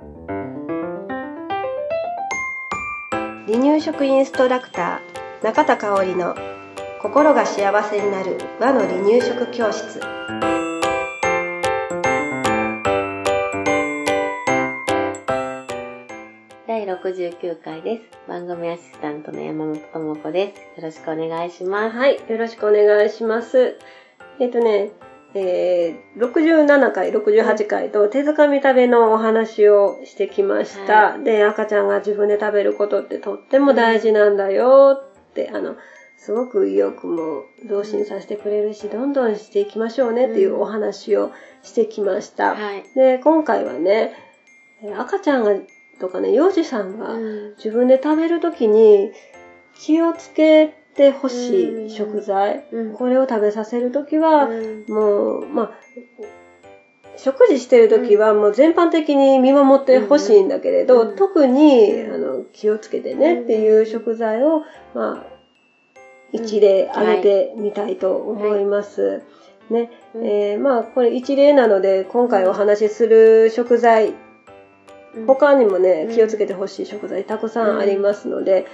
離乳食インストラクター中田香織の心が幸せになる和の離乳食教室。 第69回です。番組アシスタントの山本智子です。よろしくお願いします。 はい、よろしくお願いします。67回、68回と手づかみ食べのお話をしてきました。はい、で、赤ちゃんが自分で食べることってとっても大事なんだよって、すごく意欲も増進させてくれるし、どんどんしていきましょうねっていうお話をしてきました。はい、で、今回はね、赤ちゃんがとかね、幼児さんが自分で食べるときに気をつけてほしい食材、これを食べさせるときは、もう、食事してるときはもう全般的に見守ってほしいんだけれど、特に気をつけてねっていう食材を、一例挙げてみたいと思います。ね、これ一例なので、今回お話しする食材、他にもね、気をつけてほしい食材たくさんありますので、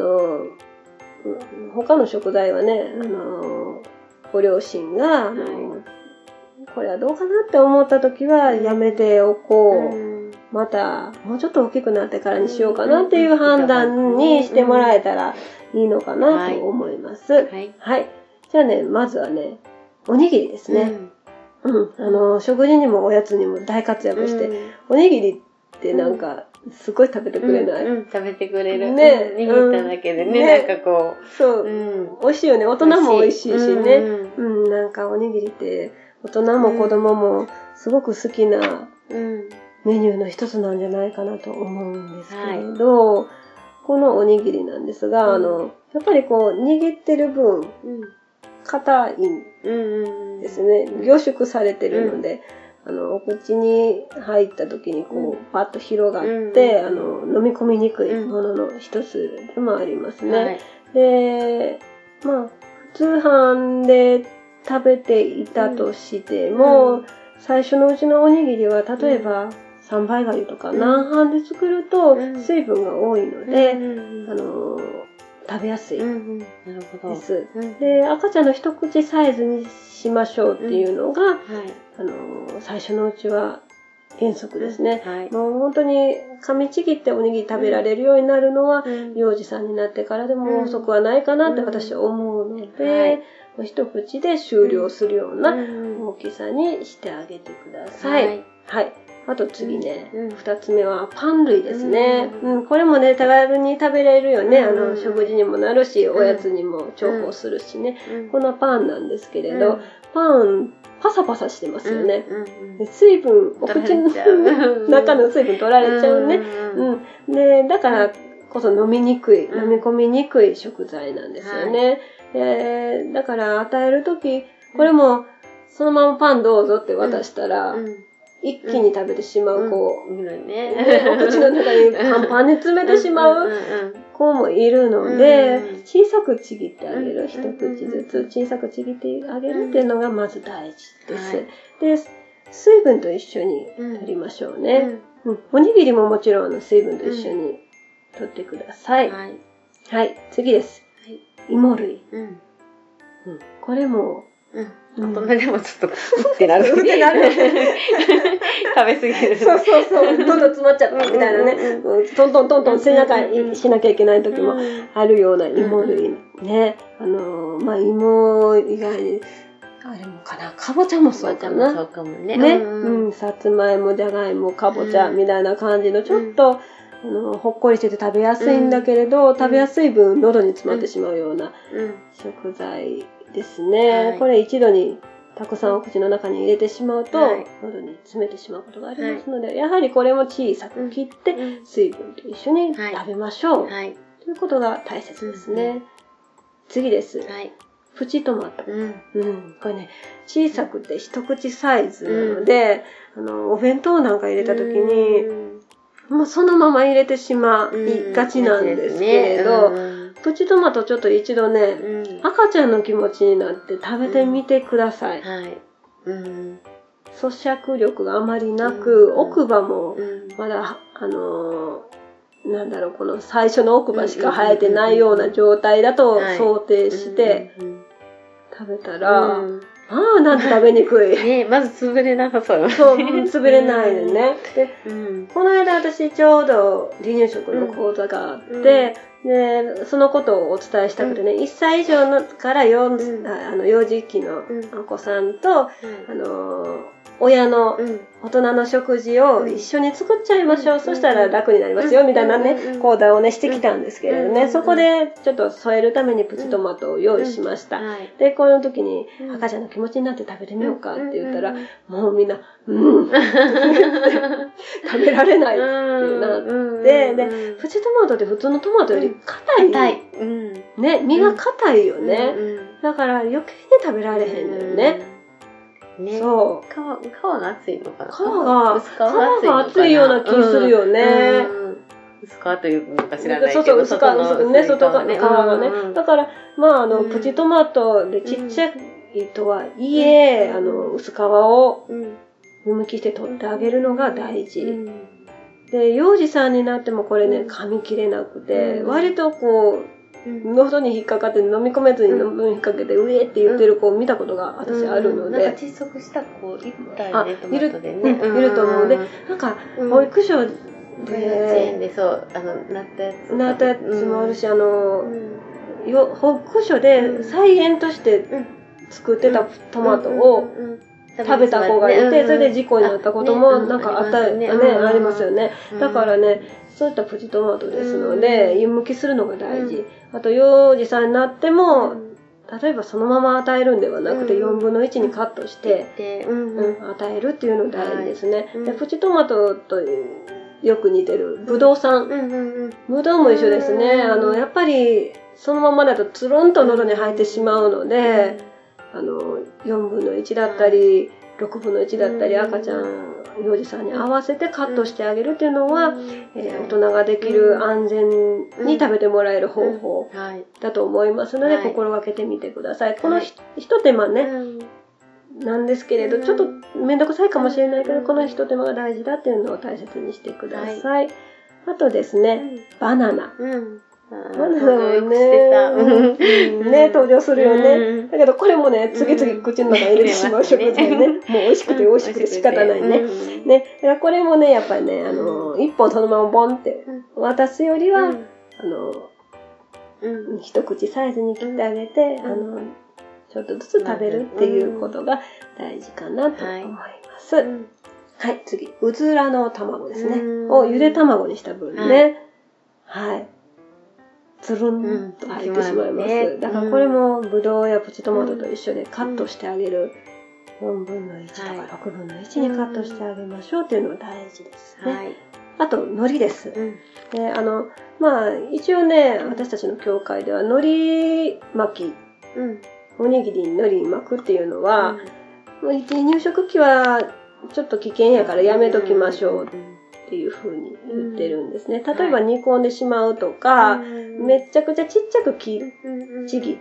他の食材はね、ご両親が、これはどうかなって思った時はやめておこう。また、もうちょっと大きくなってからにしようかなっていう判断にしてもらえたらいいのかなと思います。はい。じゃあね、まずはね、おにぎりですね。食事にもおやつにも大活躍して、おにぎりってなんか、すごい食べてくれない？ 食べてくれる。ね。握っただけでね、なんかこう。 そう。美味しいよね。大人も美味しいしね。なんかおにぎりって大人も子供もすごく好きなメニューの一つなんじゃないかなと思うんですけれど、このおにぎりなんですが、やっぱりこう握ってる分、硬いんですね。凝縮されてるので、お口に入った時にこう、パッと広がって、飲み込みにくいものの一つでもありますね。で、普通飯で食べていたとしても、最初のうちのおにぎりは、例えば、3倍がゆとか南半で作ると水分が多いので、食べやすいです。で、赤ちゃんの一口サイズにしましょうっていうのが、最初のうちは原則ですね。もう本当に噛みちぎっておにぎり食べられるようになるのは、幼児さんになってからでも遅くはないかなって私は思うので、一口で終了するような大きさにしてあげてください。はい。あと次ね、二つ目はパン類ですね。これもね、手軽に食べれるよね。食事にもなるし、おやつにも重宝するしね。このパンなんですけれど、パン、パサパサしてますよね。水分、お口の中の水分取られちゃうね。で、だからこそ飲み込みにくい食材なんですよね。だから与えるとき、これもそのままパンどうぞって渡したら、一気に食べてしまう子、お口の中にパンパンに詰めてしまう子もいるので、小さくちぎってあげる。一口ずつ小さくちぎってあげるっていうのがまず大事です。で、水分と一緒に取りましょうね。おにぎりももちろん水分と一緒に取ってください。はい、次です。芋類。これも、 大人でもちょっとってなる。食べ過ぎる。 そう。どんどん詰まっちゃったみたいなね。トントン背中しなきゃいけない時もあるような芋類ね。芋以外に、あれもかな。かぼちゃもそうかな。 そうかもね。 さつまいも、じゃがいも、かぼちゃみたいな感じのちょっと、ほっこりしてて食べやすいんだけれど、食べやすい分喉に詰まってしまうような食材ですね。これ一度にたくさんお口の中に入れてしまうと、喉に詰めてしまうことがありますので、やはりこれも小さく切って水分と一緒に食べましょう。ということが大切ですね。次です。プチトマト。これね、小さくて一口サイズなので、お弁当なんか入れた時に、もうそのまま入れてしまいがちなんですけれど、プチトマトちょっと一度ね、 咀嚼力があまりなく、奥歯もまだ、なんだろう、この最初の奥歯しか生えてないような状態だと想定して食べたら、なんて食べにくい。 ね、まず潰れなさそう。 そう、潰れないでね。で、この間私ちょうど離乳食の講座があって、で、そのことをお伝えしたくてね、1歳以上のから幼児期のお子さんと、親の大人の食事を一緒に作っちゃいましょう。そしたら楽になりますよ、みたいなね、講談をね、してきたんですけれどね。そこでちょっと添えるためにプチトマトを用意しました。で、この時に赤ちゃんの気持ちになって食べてみようかって言ったら、もうみんな、食べられないってなって、で、プチトマトって普通のトマトより硬い。ね、身が硬いよね。だから余計に食べられへんのよね。そう。 皮が厚いのかな。 皮が厚いような気するよね。 薄皮というのか知らないけど。 そう、薄皮ね、外側の皮がね。だから、プチトマトでちっちゃいとはいえ、薄皮を湯むきして取ってあげるのが大事。で、幼児さんになってもこれね、噛み切れなくて、割とこう、喉に引っかかって飲み込めずに喉に引っ掛けて、うえって言ってる子を見たことが私あるので。 なんか窒息した子いたよね、トマトでね。 いると思う。で、なんか、保育所で、 そう、 なったやつもあるし、保育所で菜園として作ってたトマトを食べた子がいて、それで事故になったこともなんかあったよね、ありますよね。だからね、そういったプチトマトですので、湯むきするのが大事。あと、幼児さんになっても、例えばそのまま与えるんではなくて、4分の1にカットして、与えるっていうのが大事ですね。で、プチトマトとよく似てる、ブドウさん。ブドウも一緒ですね。やっぱり、そのままだとつるんと喉に入ってしまうので、4分の1だったり、6分の1だったり、赤ちゃん、幼児さんに合わせてカットしてあげるっていうのは、大人ができる安全に食べてもらえる方法だと思いますので、心がけてみてください。この一手間ね、なんですけれど、ちょっとめんどくさいかもしれないけど、この一手間が大事だっていうのを大切にしてください。あとですね、バナナ。バナナをね、登場するよね。だけどこれもね、次々口の中に入れてしまう食材ね。もう美味しくて美味しくて仕方ないね。ね、だからこれもね、やっぱりね、一本そのままボンって渡すよりは、一口サイズに切ってあげて、ちょっとずつ食べるっていうことが大事かなと思います。はい、次、うずらの卵ですね。をゆで卵にした分ね。はい。つるんと入ってしまいます。だからこれもぶどうやプチトマトと一緒でカットしてあげる。4分の1とか6分の1にカットしてあげましょうっていうのが大事ですね。あと、海苔です。で、一応ね、私たちの教会では海苔巻き、おにぎりに海苔巻くっていうのは、離乳食期はちょっと危険やからやめときましょうっていう風に言ってるんですね。例えば煮込んでしまうとか、めっちゃくちゃちっちゃくちぎって、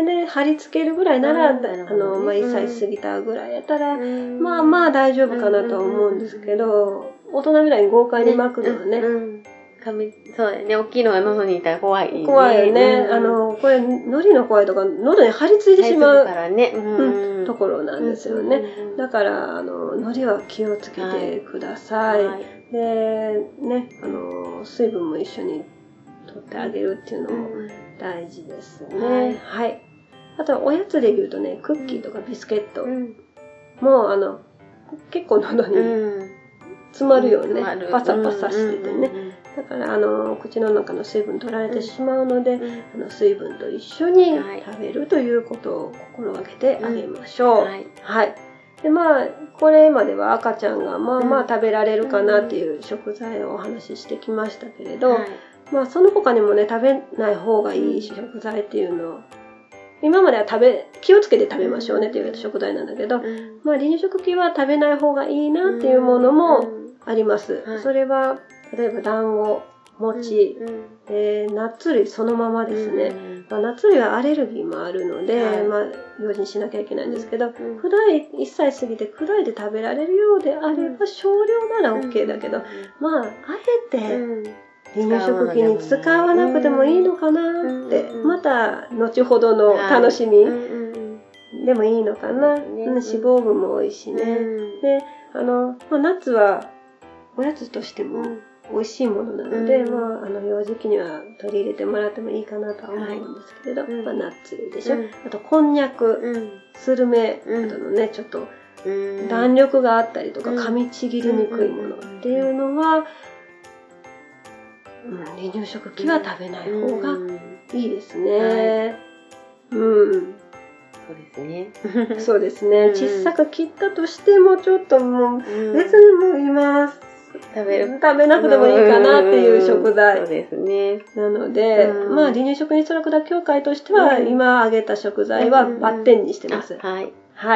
で、貼り付けるぐらいなら、1歳過ぎたぐらいやったら、まあ大丈夫かなとは思うんですけど、大人みたいに豪快に巻くのはね。 そうだね。大きいのが喉にいたら怖い。 怖いよね。これ、海苔の怖いとか、喉に張り付いてしまうところなんですよね。だから、海苔は気をつけてください。で、ね、水分も一緒に取ってあげるっていうのも大事ですね。はい。あと、おやつで言うとね、クッキーとかビスケットも、結構喉に詰まるよね。パサパサしててね。だから、口の中の水分取られてしまうので、水分と一緒に食べるということを心がけてあげましょう。はい。で、これまでは赤ちゃんが食べられるかなっていう食材をお話ししてきましたけれど、その他にもね、食べない方がいい食材っていうのを、今までは気をつけて食べましょうねっていう食材なんだけど、離乳食期は食べない方がいいなっていうものもあります。それは、例えば団子、 餅、ナッツ類そのままですね。ナッツ類はアレルギーもあるので、用心しなきゃいけないんですけど、1歳過ぎて砕いて食べられるようであれば少量なら OK だけど、あえて離乳食期に使わなくてもいいのかなって、また後ほどの楽しみでもいいのかな。脂肪分も多いしね。で、ナッツはおやつとしても美味しいものなので、幼児期には取り入れてもらってもいいかなとは思うんですけれど、ナッツ類でしょ。あと、こんにゃく、スルメなどのね、ちょっと弾力があったりとか、噛みちぎりにくいものっていうのは、離乳食期は食べない方がいいですね。 そうですね。 そうですね。小さく切ったとしても、ちょっともう、別にもう今、食べなくてもいいかなっていう食材。 そうですね。 なので、離乳食インストラクター協会としては、今挙げた食材はバッテンにしてます。はい。はい。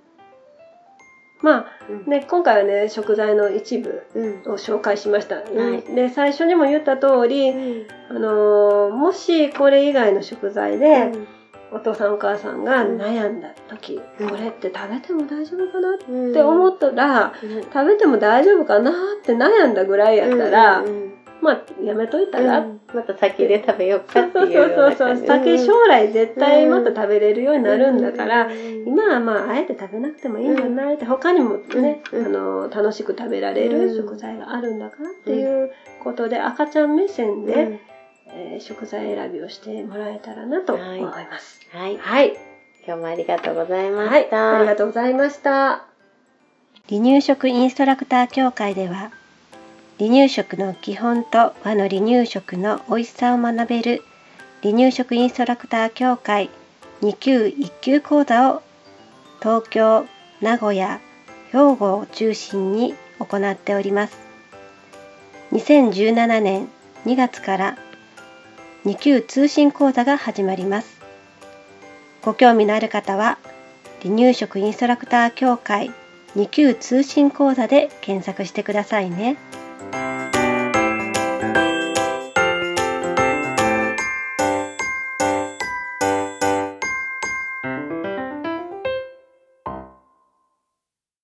今回はね、食材の一部を紹介しました。で、最初にも言った通り、もしこれ以外の食材で、お父さんお母さんが悩んだ時、これって食べても大丈夫かなって思ったら、食べても大丈夫かなって悩んだぐらいやったら、やめといたら、 また先で食べようかっていうような感じ。 先将来絶対また食べれるようになるんだから、今はあえて食べなくてもいいんじゃないって、他にもね、楽しく食べられる食材があるんだからっていうことで、赤ちゃん目線で、食材選びをしてもらえたらなと思います。 はい。はい。今日もありがとうございました。 ありがとうございました。離乳食インストラクター協会では、離乳食の基本と和の離乳食の美味しさを学べる離乳食インストラクター協会2級1級講座を東京、名古屋、兵庫を中心に行っております。2017年2月から2級通信講座が始まります。ご興味のある方は離乳食インストラクター協会2級通信講座で検索してくださいね。